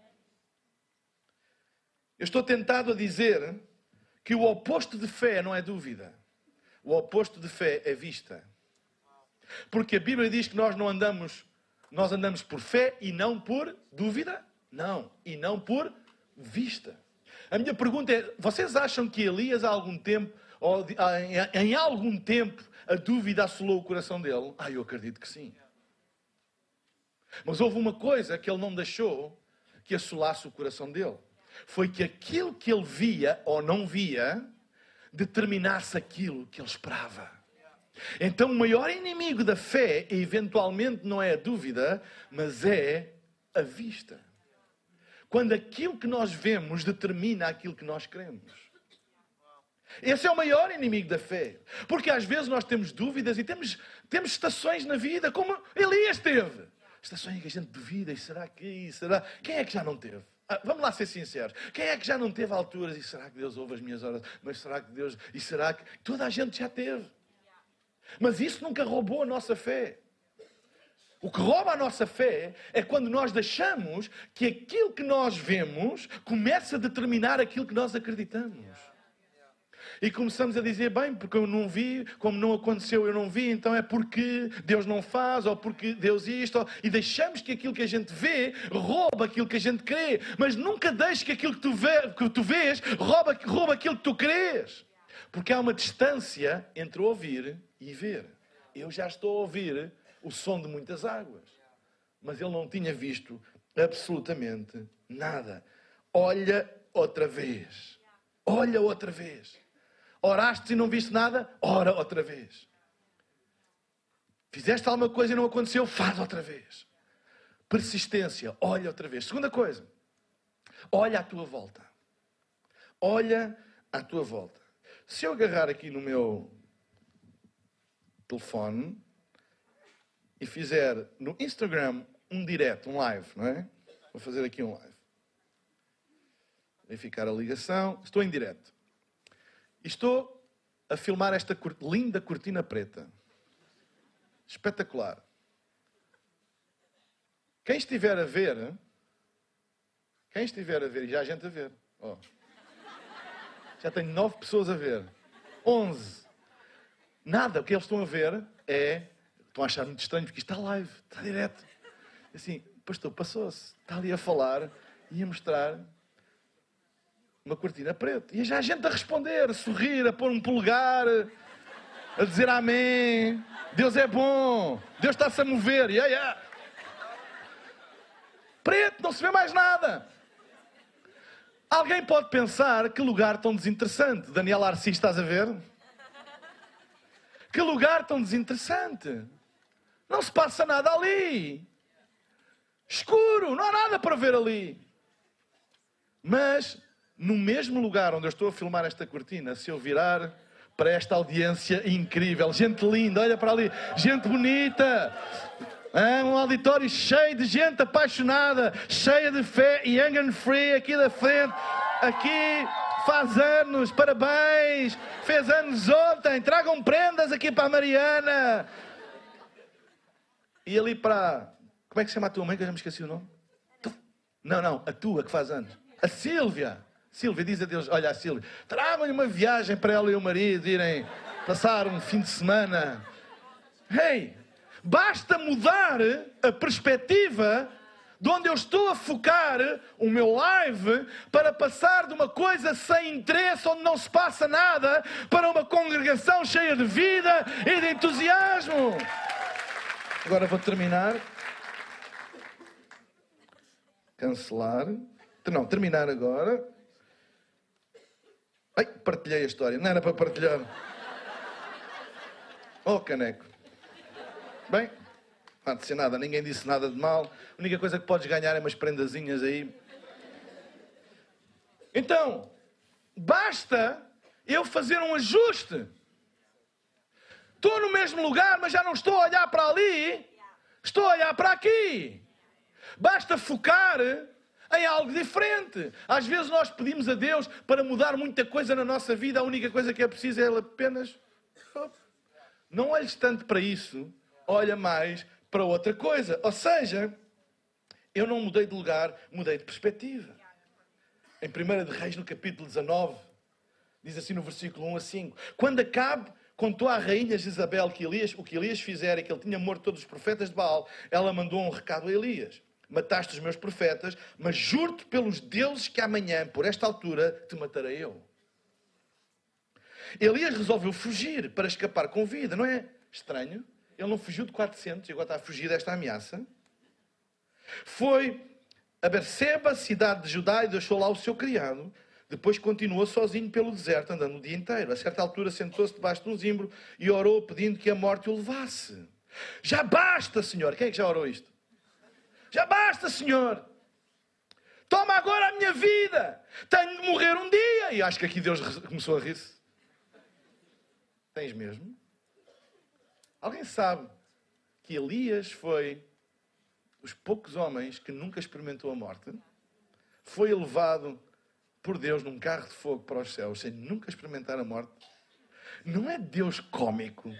Eu estou tentado a dizer que o oposto de fé não é dúvida. O oposto de fé é vista. Porque a Bíblia diz que nós não andamos, nós andamos por fé e não por dúvida? Não. E não por vista. A minha pergunta é, vocês acham que Elias há algum tempo, ou em algum tempo, a dúvida assolou o coração dele? Ah, eu acredito que sim. Mas houve uma coisa que ele não deixou que assolasse o coração dele. Foi que aquilo que ele via ou não via determinasse aquilo que ele esperava. Então o maior inimigo da fé, eventualmente, não é a dúvida, mas é a vista. Quando aquilo que nós vemos determina aquilo que nós queremos. Esse é o maior inimigo da fé. Porque às vezes nós temos dúvidas e temos, temos estações na vida, como Elias teve. Estações que a gente duvida, e será que e será? Quem é que já não teve? Ah, vamos lá ser sinceros. Quem é que já não teve alturas? E será que Deus ouve as minhas orações? Mas será que Deus... E será que... Toda a gente já teve. Mas isso nunca roubou a nossa fé. O que rouba a nossa fé é quando nós deixamos que aquilo que nós vemos comece a determinar aquilo que nós acreditamos. E começamos a dizer, bem, porque eu não vi, como não aconteceu, eu não vi, então é porque Deus não faz, ou porque Deus isto, ou... e deixamos que aquilo que a gente vê rouba aquilo que a gente crê. Mas nunca deixes que aquilo que tu, vê, que tu vês rouba, rouba aquilo que tu crês. Porque há uma distância entre ouvir e ver. Eu já estou a ouvir o som de muitas águas. Mas ele não tinha visto absolutamente nada. Olha outra vez. Olha outra vez. Oraste e não viste nada? Ora outra vez. Fizeste alguma coisa e não aconteceu? Faz outra vez. Persistência. Olha outra vez. Segunda coisa. Olha à tua volta. Olha à tua volta. Se eu agarrar aqui no meu telefone e fizer no Instagram um direto, um live, não é? Vou fazer aqui um live. Verificar a ligação. Estou em direto. E estou a filmar esta linda cortina preta. Espetacular. Quem estiver a ver, quem estiver a ver, e já há gente a ver, oh, já tenho nove pessoas a ver, onze. Nada, o que eles estão a ver é, estão a achar muito estranho, porque isto está live, está direto. Assim, pastor, passou-se, está ali a falar e a mostrar uma cortina preta. E já há gente a responder, a sorrir, a pôr um polegar, a dizer amém, Deus é bom, Deus está-se a mover, yeah, yeah. Preto, não se vê mais nada. Alguém pode pensar, que lugar tão desinteressante. Daniel Arcis, estás a ver? Que lugar tão desinteressante. Não se passa nada ali. Escuro, não há nada para ver ali. Mas, no mesmo lugar onde eu estou a filmar esta cortina, se eu virar para esta audiência incrível, gente linda, olha para ali, gente bonita, é um auditório cheio de gente apaixonada, cheia de fé, young and free, aqui da frente, aqui faz anos, parabéns, fez anos ontem, tragam prendas aqui para a Mariana. E ali para, como é que se chama a tua mãe, que eu já me esqueci o nome? Não, não, a tua que faz anos, a Sílvia. Sílvia, diz a Deus, olha a Sílvia, tragam-lhe uma viagem para ela e o marido irem passar um fim de semana. Hey! Basta mudar a perspectiva de onde eu estou a focar o meu live para passar de uma coisa sem interesse, onde não se passa nada, para uma congregação cheia de vida e de entusiasmo. Agora vou terminar. Cancelar. Não, terminar agora. Ai, partilhei a história. Não era para partilhar. Oh, caneco. Bem, não há de ser nada, ninguém disse nada de mal. A única coisa que podes ganhar é umas prendazinhas aí. Então, basta eu fazer um ajuste. Estou no mesmo lugar, mas já não estou a olhar para ali. Estou a olhar para aqui. Basta focar em algo diferente. Às vezes nós pedimos a Deus para mudar muita coisa na nossa vida. A única coisa que é preciso é Ele apenas... Não olhes tanto para isso. Olha mais para outra coisa. Ou seja, eu não mudei de lugar, mudei de perspectiva. Em primeira de Reis, no capítulo dezanove, diz assim no versículo um a cinco. Quando Acabe contou à rainha Jezabel que Elias, o que Elias fizera e que ele tinha morto todos os profetas de Baal, ela mandou um recado a Elias. Mataste os meus profetas, mas juro-te pelos deuses que amanhã, por esta altura, te matarei eu. Elias resolveu fugir para escapar com vida. Não é estranho? Ele não fugiu de quatrocentos e agora está a fugir desta ameaça. Foi a Berseba, cidade de Judá, e deixou lá o seu criado. Depois continuou sozinho pelo deserto, andando o dia inteiro. A certa altura sentou-se debaixo de um zimbro e orou pedindo que a morte o levasse. Já basta, Senhor. Quem é que já orou isto? Já basta, Senhor. Toma agora a minha vida. Tenho de morrer um dia. E acho que aqui Deus começou a rir-se. Tens mesmo? Alguém sabe que Elias foi dos poucos homens que nunca experimentou a morte? Foi elevado por Deus num carro de fogo para os céus sem nunca experimentar a morte? Não é Deus cómico?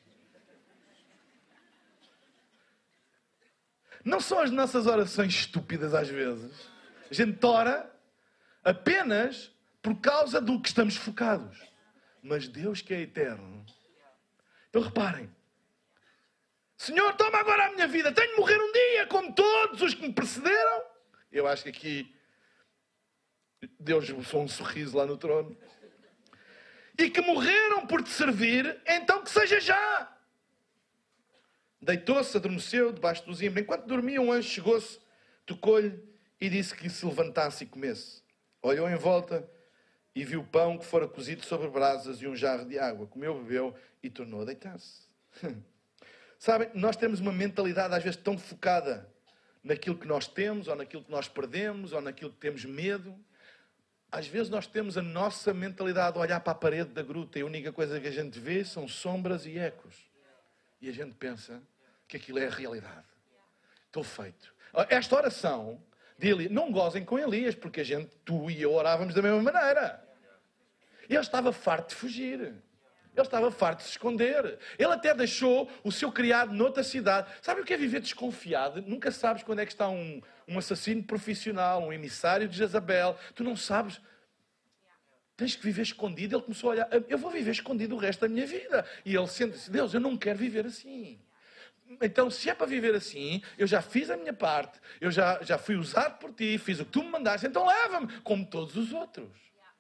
Não são as nossas orações estúpidas às vezes? A gente ora apenas por causa do que estamos focados. Mas Deus que é eterno. Então reparem. Senhor, toma agora a minha vida. Tenho de morrer um dia, como todos os que me precederam. Eu acho que aqui Deus lançou um sorriso lá no trono. E que morreram por te servir, então que seja já. Deitou-se, adormeceu debaixo do zimbro. Enquanto dormia, um anjo chegou-se, tocou-lhe e disse que se levantasse e comesse. Olhou em volta e viu o pão que fora cozido sobre brasas e um jarro de água. Comeu, bebeu e tornou a deitar-se. Sabem, nós temos uma mentalidade às vezes tão focada naquilo que nós temos, ou naquilo que nós perdemos, ou naquilo que temos medo. Às vezes nós temos a nossa mentalidade de olhar para a parede da gruta e a única coisa que a gente vê são sombras e ecos. E a gente pensa que aquilo é a realidade. Estou feito. Esta oração de Elias, não gozem com Elias, porque a gente, tu e eu orávamos da mesma maneira. Ele estava farto de fugir. Ele estava farto de se esconder. Ele até deixou o seu criado noutra cidade. Sabe o que é viver desconfiado? Nunca sabes quando é que está um, um assassino profissional, um emissário de Jezabel. Tu não sabes. Tens que viver escondido. Ele começou a olhar. Eu vou viver escondido o resto da minha vida. E ele sente-se, Deus, eu não quero viver assim. Então, se é para viver assim, eu já fiz a minha parte. Eu já, já fui usado por ti. Fiz o que tu me mandaste. Então leva-me, como todos os outros.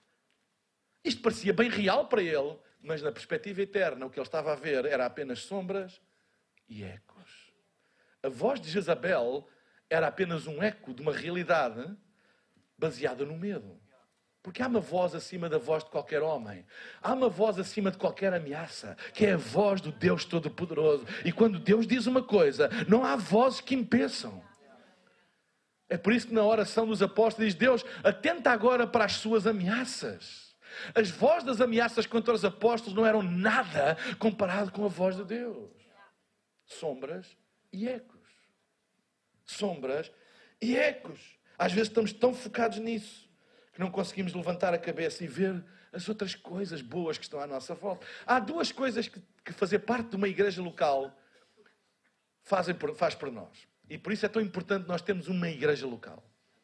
Isto parecia bem real para ele. Mas na perspectiva eterna, o que ele estava a ver era apenas sombras e ecos. A voz de Jezabel era apenas um eco de uma realidade baseada no medo. Porque há uma voz acima da voz de qualquer homem. Há uma voz acima de qualquer ameaça, que é a voz do Deus Todo-Poderoso. E quando Deus diz uma coisa, não há vozes que impeçam. É por isso que na oração dos apóstolos diz, Deus, atenta agora para as suas ameaças. As vozes das ameaças contra os apóstolos não eram nada comparado com a voz de Deus. Sombras e ecos. Sombras e ecos. Às vezes estamos tão focados nisso que não conseguimos levantar a cabeça e ver as outras coisas boas que estão à nossa volta. Há duas coisas que, que fazer parte de uma igreja local fazem por, faz por nós. E por isso é tão importante nós termos uma igreja local.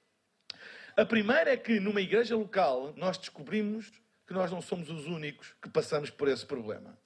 A primeira é que numa igreja local nós descobrimos que nós não somos os únicos que passamos por esse problema.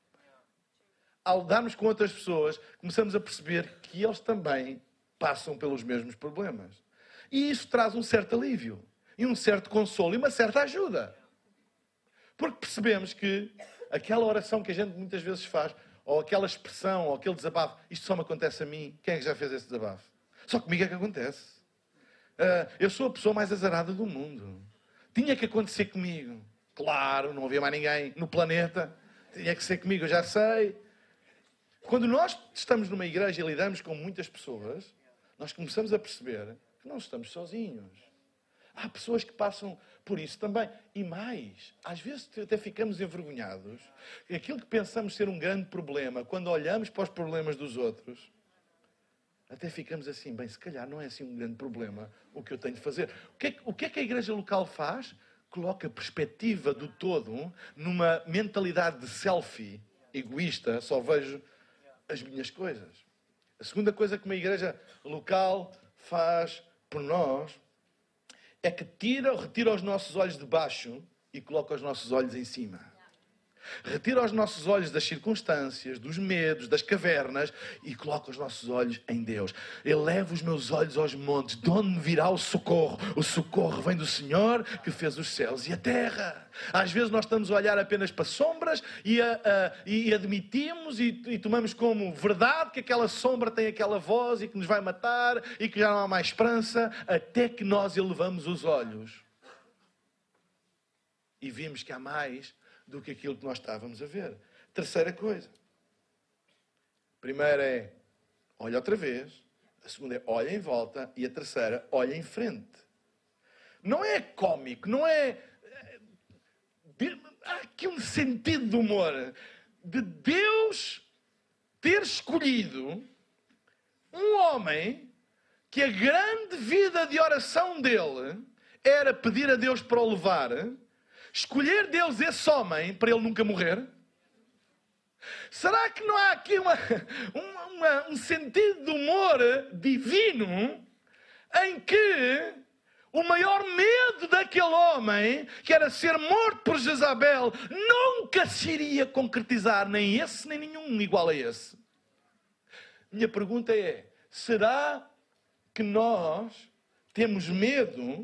Ao darmos com outras pessoas, começamos a perceber que eles também passam pelos mesmos problemas. E isso traz um certo alívio, e um certo consolo, e uma certa ajuda. Porque percebemos que aquela oração que a gente muitas vezes faz, ou aquela expressão, ou aquele desabafo, isto só me acontece a mim. Quem é que já fez esse desabafo? Só comigo é que acontece. Uh, eu sou a pessoa mais azarada do mundo. Tinha que acontecer comigo. Claro, não havia mais ninguém no planeta. Tinha que ser comigo, eu já sei. Quando nós estamos numa igreja e lidamos com muitas pessoas, nós começamos a perceber que não estamos sozinhos. Há pessoas que passam por isso também. E mais, às vezes até ficamos envergonhados. Aquilo que pensamos ser um grande problema, quando olhamos para os problemas dos outros, até ficamos assim, bem, se calhar não é assim um grande problema o que eu tenho de fazer. O que é, o que, é que a igreja local faz? Coloca a perspectiva do todo numa mentalidade de selfie egoísta, só vejo as minhas coisas. A segunda coisa que uma igreja local faz por nós é que tira, retira os nossos olhos de baixo e coloca os nossos olhos em cima. Retira os nossos olhos das circunstâncias, dos medos, das cavernas e coloca os nossos olhos em Deus. Eleva os meus olhos aos montes, de onde me virá o socorro? O socorro vem do Senhor que fez os céus e a terra. Às vezes nós estamos a olhar apenas para sombras e, a, a, e admitimos e, e tomamos como verdade que aquela sombra tem aquela voz e que nos vai matar e que já não há mais esperança, até que nós elevamos os olhos e vimos que há mais do que aquilo que nós estávamos a ver. Terceira coisa. A primeira é, olha outra vez. A segunda é, olha em volta. E a terceira, olha em frente. Não é cómico, não é... Há aqui um sentido de humor. De Deus ter escolhido um homem que a grande vida de oração dele era pedir a Deus para o levar. Escolher Deus esse homem para ele nunca morrer? Será que não há aqui uma, uma, um sentido de humor divino em que o maior medo daquele homem, que era ser morto por Jezabel, nunca se iria concretizar, nem esse nem nenhum igual a esse? Minha pergunta é, será que nós temos medo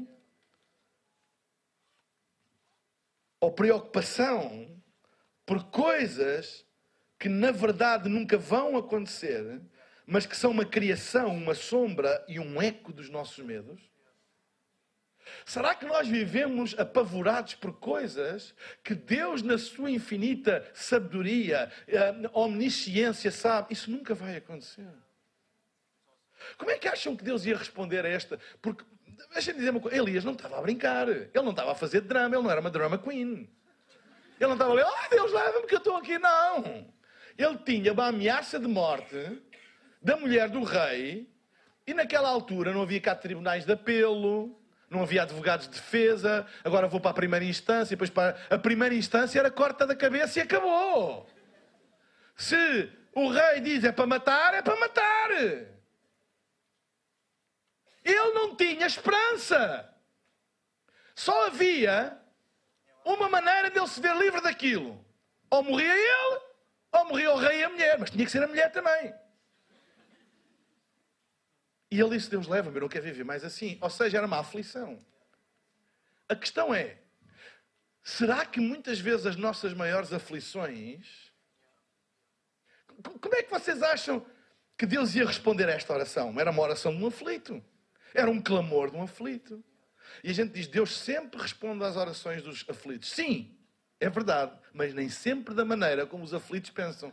ou preocupação por coisas que na verdade nunca vão acontecer, mas que são uma criação, uma sombra e um eco dos nossos medos? Será que nós vivemos apavorados por coisas que Deus, na sua infinita sabedoria, omnisciência, sabe? Isso nunca vai acontecer. Como é que acham que Deus ia responder a esta? Porque deixa-me dizer uma coisa, Elias não estava a brincar, ele não estava a fazer drama, ele não era uma drama queen. Ele não estava a dizer, oh Deus, leva-me que eu estou aqui, não. Ele tinha uma ameaça de morte da mulher do rei, e naquela altura não havia cá tribunais de apelo, Não havia advogados de defesa, agora vou para a primeira instância, depois para a primeira instância era corta da cabeça e acabou. Se o rei diz é para matar, é para matar. Ele não tinha esperança. Só havia uma maneira de ele se ver livre daquilo. Ou morria ele, ou morria o rei e a mulher. Mas tinha que ser a mulher também. E ele disse, Deus leva-me, eu não quero viver mais assim. Ou seja, era uma aflição. A questão é, será que muitas vezes as nossas maiores aflições... Como é que vocês acham que Deus ia responder a esta oração? Era uma oração de um aflito. Era um clamor de um aflito. E a gente diz, Deus sempre responde às orações dos aflitos. Sim, é verdade, mas nem sempre da maneira como os aflitos pensam.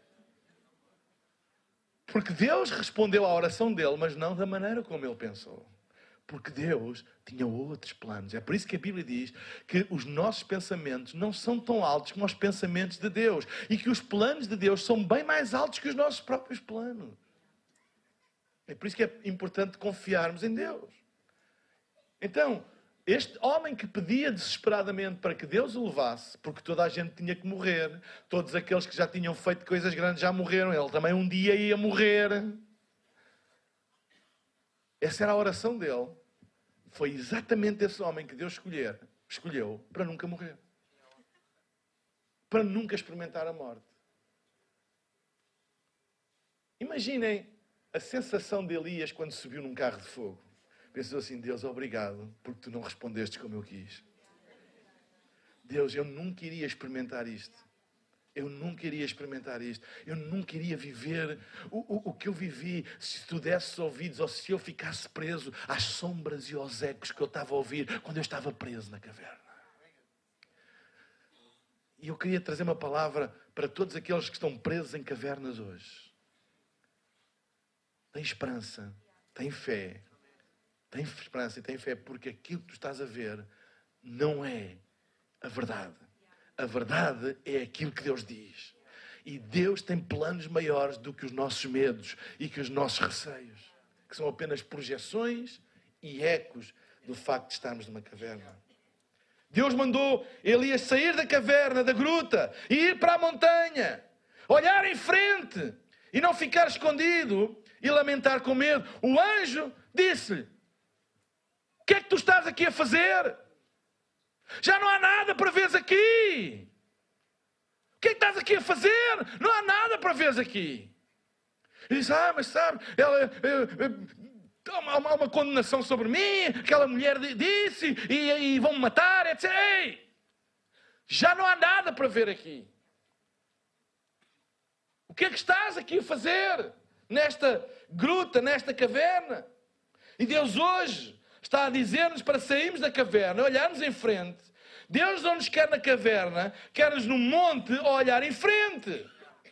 Porque Deus respondeu à oração dele, mas não da maneira como ele pensou. Porque Deus tinha outros planos. É por isso que a Bíblia diz que os nossos pensamentos não são tão altos como os pensamentos de Deus. E que os planos de Deus são bem mais altos que os nossos próprios planos. É por isso que é importante confiarmos em Deus. Então, este homem que pedia desesperadamente para que Deus o levasse, porque toda a gente tinha que morrer, todos aqueles que já tinham feito coisas grandes já morreram, ele também um dia ia morrer. Essa era a oração dele. Foi exatamente esse homem que Deus escolher, escolheu para nunca morrer. Para nunca experimentar a morte. Imaginem a sensação de Elias quando subiu num carro de fogo. Pensou assim, Deus, obrigado, porque tu não respondeste como eu quis. Deus, eu nunca iria experimentar isto. Eu nunca iria experimentar isto. Eu nunca iria viver o, o, o que eu vivi se tu desses ouvidos ou se eu ficasse preso às sombras e aos ecos que eu estava a ouvir quando eu estava preso na caverna. E eu queria trazer uma palavra para todos aqueles que estão presos em cavernas hoje. Tem esperança, tem fé. Tem esperança e tem fé, porque aquilo que tu estás a ver não é a verdade. A verdade é aquilo que Deus diz. E Deus tem planos maiores do que os nossos medos e que os nossos receios, que são apenas projeções e ecos do facto de estarmos numa caverna. Deus mandou Elias sair da caverna, da gruta, e ir para a montanha, olhar em frente e não ficar escondido e lamentar com medo. O anjo disse-lhe, o que é que tu estás aqui a fazer? Já não há nada para veres aqui. O que é que estás aqui a fazer? Não há nada para veres aqui. E diz, ah, mas sabe, ela, há uma, uma, uma condenação sobre mim, aquela mulher disse, e, e vão-me matar, etcétera. Ei, já não há nada para ver aqui. O que é que estás aqui a fazer? Nesta gruta, nesta caverna? E Deus hoje está a dizer-nos para sairmos da caverna, olharmos em frente. Deus não nos quer na caverna, quer-nos no monte a olhar em frente.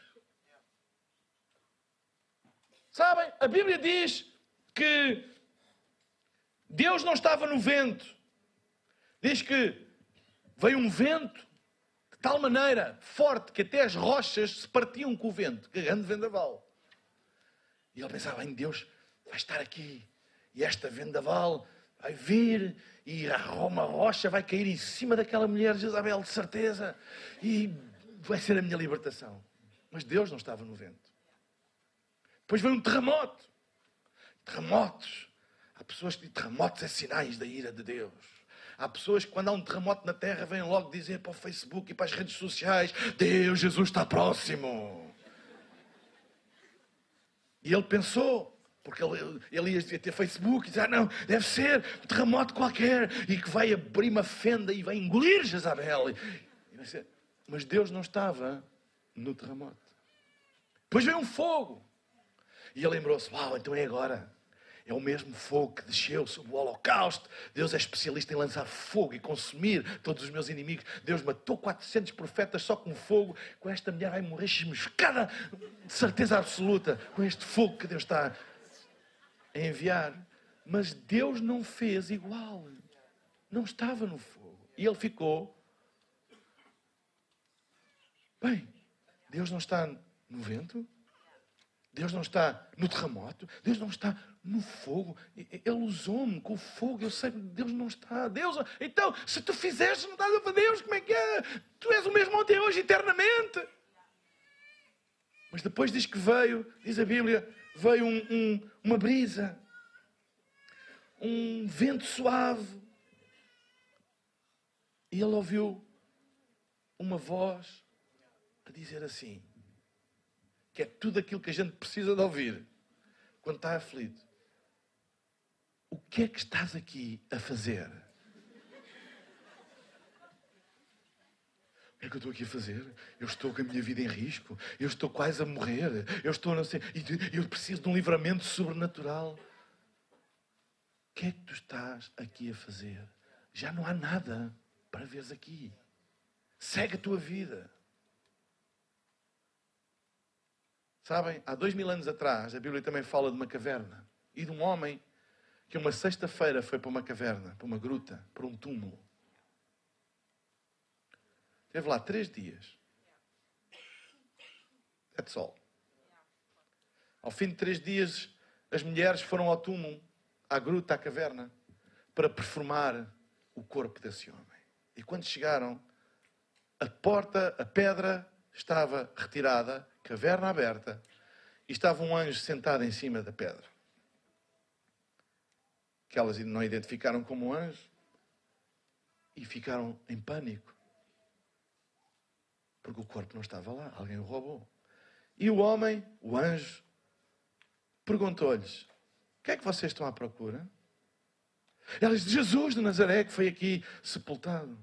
Sabem, a Bíblia diz que Deus não estava no vento. Diz que veio um vento de tal maneira forte que até as rochas se partiam com o vento, que grande vendaval. E ele pensava, bem, Deus vai estar aqui. E esta vendaval vai vir e uma rocha vai cair em cima daquela mulher de Jezabel, de certeza. E vai ser a minha libertação. Mas Deus não estava no vento. Depois veio um terremoto. Terremotos. Há pessoas que dizem terremotos é sinais da ira de Deus. Há pessoas que quando há um terremoto na terra vêm logo dizer para o Facebook e para as redes sociais, Deus, Jesus está próximo. E ele pensou, porque ele, ele ia ter Facebook e dizer, ah, não, deve ser um terremoto qualquer e que vai abrir uma fenda e vai engolir Jezabel. E vai ser... Mas Deus não estava no terremoto. Depois veio um fogo. E ele lembrou-se, uau, então é agora. É o mesmo fogo que desceu sobre o holocausto. Deus é especialista em lançar fogo e consumir todos os meus inimigos. Deus matou quatrocentos profetas só com fogo. Com esta mulher vai morrer chismuscada, de certeza absoluta, com este fogo que Deus está a enviar. Mas Deus não fez igual. Não estava no fogo. E ele ficou... Bem, Deus não está no vento? Deus não está no terremoto. Deus não está no fogo. Ele usou-me com o fogo. Eu sei que Deus não está. Deus, então, se tu fizeres, não estás a para Deus, como é que é? Tu és o mesmo ontem, hoje, eternamente. Mas depois diz que veio, diz a Bíblia, veio um, um, uma brisa, um vento suave. E ele ouviu uma voz a dizer assim, que é tudo aquilo que a gente precisa de ouvir quando está aflito. O que é que estás aqui a fazer? O que é que eu estou aqui a fazer? Eu estou com a minha vida em risco. Eu estou quase a morrer. Eu estou, não sei, e eu preciso de um livramento sobrenatural. O que é que tu estás aqui a fazer? Já não há nada para veres aqui. Segue a tua vida. Sabem, há dois mil anos atrás, a Bíblia também fala de uma caverna. E de um homem que uma sexta-feira foi para uma caverna, para uma gruta, para um túmulo. Esteve lá três dias. That's all. Ao fim de três dias, as mulheres foram ao túmulo, à gruta, à caverna, para perfumar o corpo desse homem. E quando chegaram, a porta, a pedra, estava retirada, caverna aberta, e estava um anjo sentado em cima da pedra. Que elas não identificaram como anjo, e ficaram em pânico. Porque o corpo não estava lá, alguém o roubou. E o homem, o anjo, perguntou-lhes, o que é que vocês estão à procura? Elas dizem, Jesus de Nazaré, que foi aqui sepultado.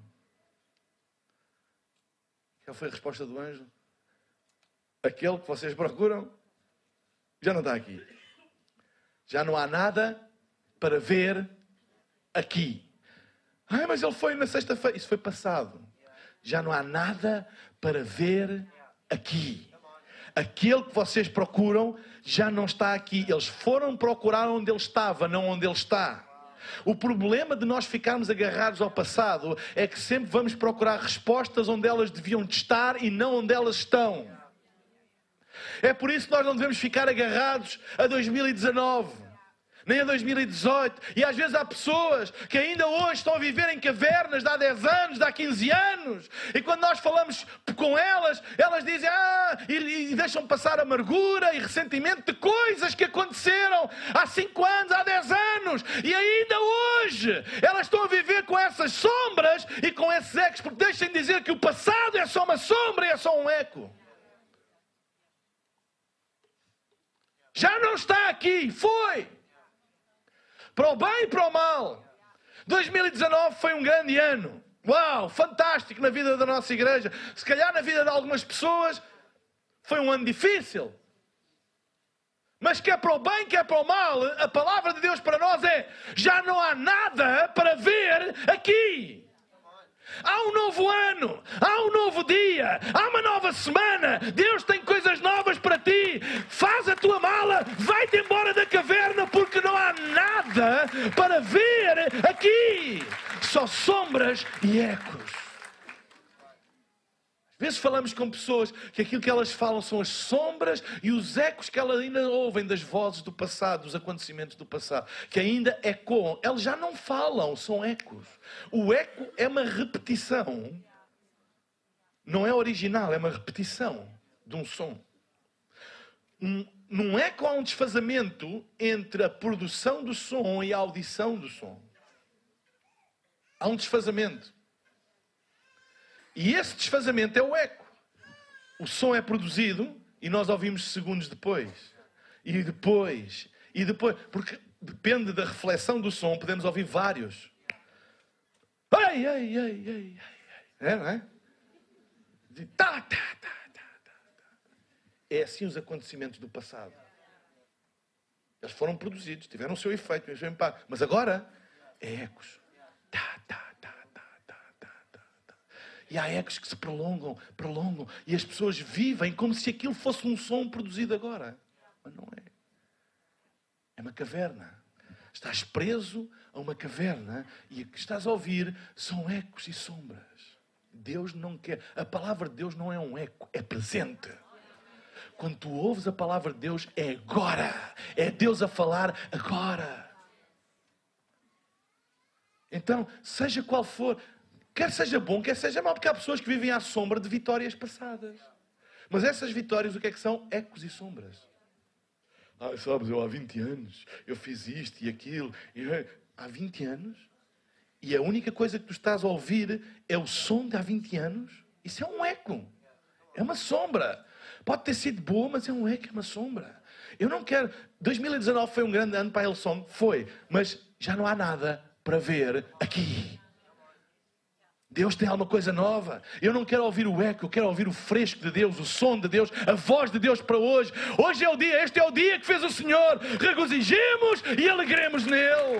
Qual foi a resposta do anjo? Aquele que vocês procuram já não está aqui. Já não há nada para ver aqui. Ah, mas ele foi na sexta-feira. Isso foi passado. Já não há nada para ver aqui. Aquele que vocês procuram já não está aqui. Eles foram procurar onde ele estava, não onde ele está. O problema de nós ficarmos agarrados ao passado é que sempre vamos procurar respostas onde elas deviam estar e não onde elas estão. É por isso que nós não devemos ficar agarrados a dois mil e dezanove. Nem a dois mil e dezoito. E às vezes há pessoas que ainda hoje estão a viver em cavernas de há dez anos, de há quinze anos. E quando nós falamos com elas, elas dizem, ah, e, e deixam passar amargura e ressentimento de coisas que aconteceram há cinco anos, há dez anos. E ainda hoje, elas estão a viver com essas sombras e com esses ecos. Porque deixem de dizer que o passado é só uma sombra e é só um eco. Já não está aqui, foi. Para o bem e para o mal. dois mil e dezanove foi um grande ano. Uau, fantástico na vida da nossa igreja. Se calhar na vida de algumas pessoas foi um ano difícil. Mas quer para o bem, quer para o mal, a palavra de Deus para nós é, já não há nada para ver aqui. Há um novo ano, há um novo dia, há uma nova semana. Deus tem coisas novas para ti. Faz a tua mala, vai-te embora da caverna, porque não há nada para ver aqui. Só sombras e ecos. Às vezes falamos com pessoas que aquilo que elas falam são as sombras e os ecos que elas ainda ouvem das vozes do passado, dos acontecimentos do passado, que ainda ecoam. Eles já não falam, são ecos. O eco é uma repetição. Não é original, é uma repetição de um som. Um, num eco há um desfazamento entre a produção do som e a audição do som. Há um desfazamento. E esse desfazamento é o eco. O som é produzido e nós ouvimos segundos depois. E depois. E depois. Porque depende da reflexão do som, podemos ouvir vários. Ei, ei, ei, ei, ei. É, não é? Tá, tá, tá, tá, tá. É assim os acontecimentos do passado. Eles foram produzidos, tiveram o seu efeito, o seu impacto. Mas agora é ecos. Tá, tá. E há ecos que se prolongam, prolongam. E as pessoas vivem como se aquilo fosse um som produzido agora. Mas não é. É uma caverna. Estás preso a uma caverna e o que estás a ouvir são ecos e sombras. Deus não quer. A palavra de Deus não é um eco, é presente. Quando tu ouves a palavra de Deus, é agora. É Deus a falar agora. Então, seja qual for, quer seja bom, quer seja mau, porque há pessoas que vivem à sombra de vitórias passadas. Mas essas vitórias, o que é que são? Ecos e sombras. Ah, sabes, eu há vinte anos, eu fiz isto e aquilo. E, há vinte anos? E a única coisa que tu estás a ouvir é o som de há vinte anos? Isso é um eco. É uma sombra. Pode ter sido boa, mas é um eco, é uma sombra. Eu não quero... dois mil e dezanove foi um grande ano para a Hillsong. Foi. Mas já não há nada para ver aqui. Deus tem alguma coisa nova. Eu não quero ouvir o eco, eu quero ouvir o fresco de Deus, o som de Deus, a voz de Deus para hoje. Hoje é o dia, este é o dia que fez o Senhor. Regozijemos e alegremos nele.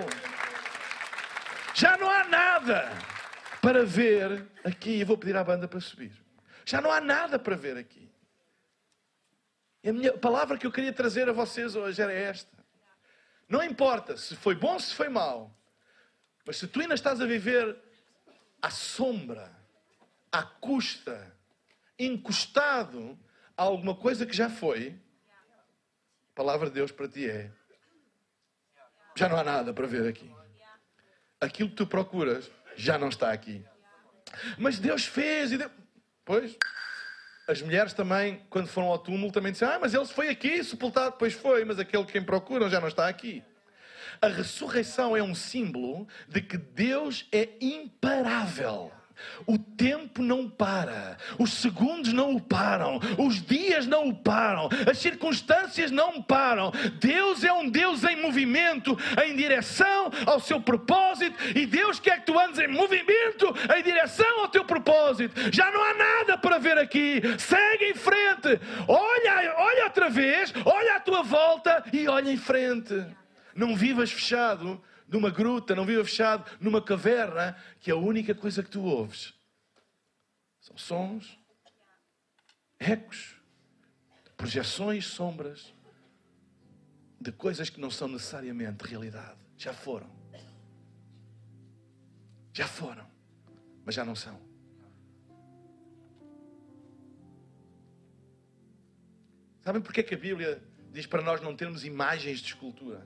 Já não há nada para ver aqui. Eu vou pedir à banda para subir. Já não há nada para ver aqui. E a minha palavra que eu queria trazer a vocês hoje era esta. Não importa se foi bom ou se foi mau, mas se tu ainda estás a viver à sombra, à custa, encostado a alguma coisa que já foi, a palavra de Deus para ti é: já não há nada para ver aqui. Aquilo que tu procuras já não está aqui. Mas Deus fez e Deus... Pois, as mulheres também, quando foram ao túmulo, também disseram: ah, mas ele foi aqui sepultado. Pois foi, mas aquele que quem procuram já não está aqui. A ressurreição é um símbolo de que Deus é imparável. O tempo não para, os segundos não o param, os dias não o param, as circunstâncias não param. Deus é um Deus em movimento, em direção ao seu propósito, e Deus quer que tu andes em movimento, em direção ao teu propósito. Já não há nada para ver aqui. Segue em frente. Olha, olha outra vez, olha à tua volta e olha em frente. Não vivas fechado numa gruta, não vivas fechado numa caverna, que a única coisa que tu ouves são sons, ecos, projeções, sombras, de coisas que não são necessariamente realidade. Já foram. Já foram, mas já não são. Sabem porque é que a Bíblia diz para nós não termos imagens de escultura?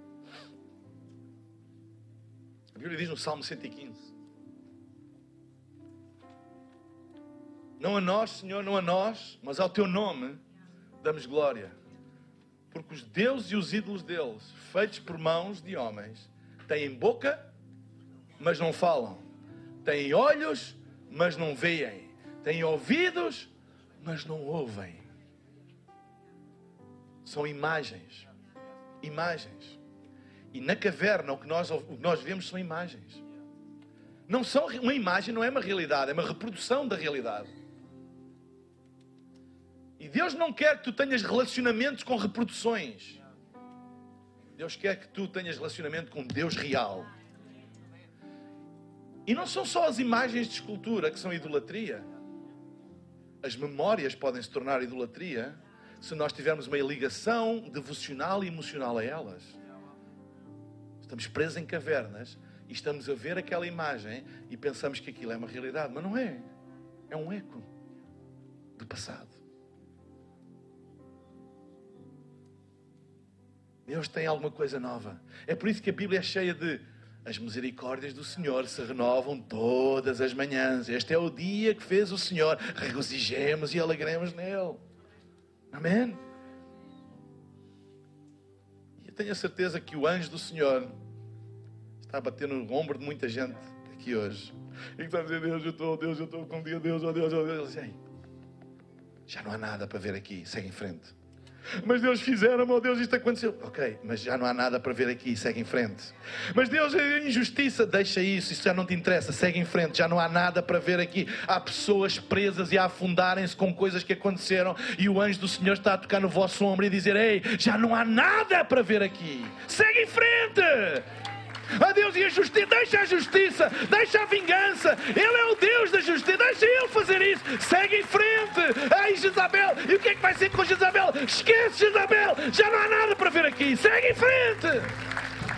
A Bíblia diz no Salmo cento e quinze: não a nós, Senhor, não a nós, mas ao teu nome damos glória. Porque os deuses e os ídolos deles, feitos por mãos de homens, têm boca, mas não falam. Têm olhos, mas não veem. Têm ouvidos, mas não ouvem. São imagens. Imagens. E na caverna o que nós, o que nós vemos são imagens. Não são, uma imagem não é uma realidade, é uma reprodução da realidade. E Deus não quer que tu tenhas relacionamentos com reproduções. Deus quer que tu tenhas relacionamento com Deus real. E não são só as imagens de escultura que são idolatria. As memórias podem se tornar idolatria se nós tivermos uma ligação devocional e emocional a elas. Estamos presos em cavernas e estamos a ver aquela imagem e pensamos que aquilo é uma realidade, mas não é. É um eco do passado. Deus tem alguma coisa nova. É por isso que a Bíblia é cheia de: as misericórdias do Senhor se renovam todas as manhãs. Este é o dia que fez o Senhor. Regozijemos e alegremos nele. Amém? Tenho a certeza que o anjo do Senhor está a bater no ombro de muita gente aqui hoje. E que está a dizer: Deus, eu estou, Deus, eu estou com Deus, Deus, oh Deus, oh Deus. Ei, já não há nada para ver aqui, segue em frente. Mas Deus fizeram, meu Deus, isto aconteceu. Ok, mas já não há nada para ver aqui, segue em frente. Mas Deus, é injustiça, deixa isso, isso já não te interessa, segue em frente. Já não há nada para ver aqui. Há pessoas presas e a afundarem-se com coisas que aconteceram, e o anjo do Senhor está a tocar no vosso ombro e dizer: ei, já não há nada para ver aqui, segue em frente. A Deus e a justiça, deixa a justiça, deixa a vingança. Ele é o Deus da justiça, deixa Ele fazer isso. Segue em frente. Ai, Jezabel, e o que é que vai ser com Jezabel? Esquece Jezabel, já não há nada para ver aqui, segue em frente.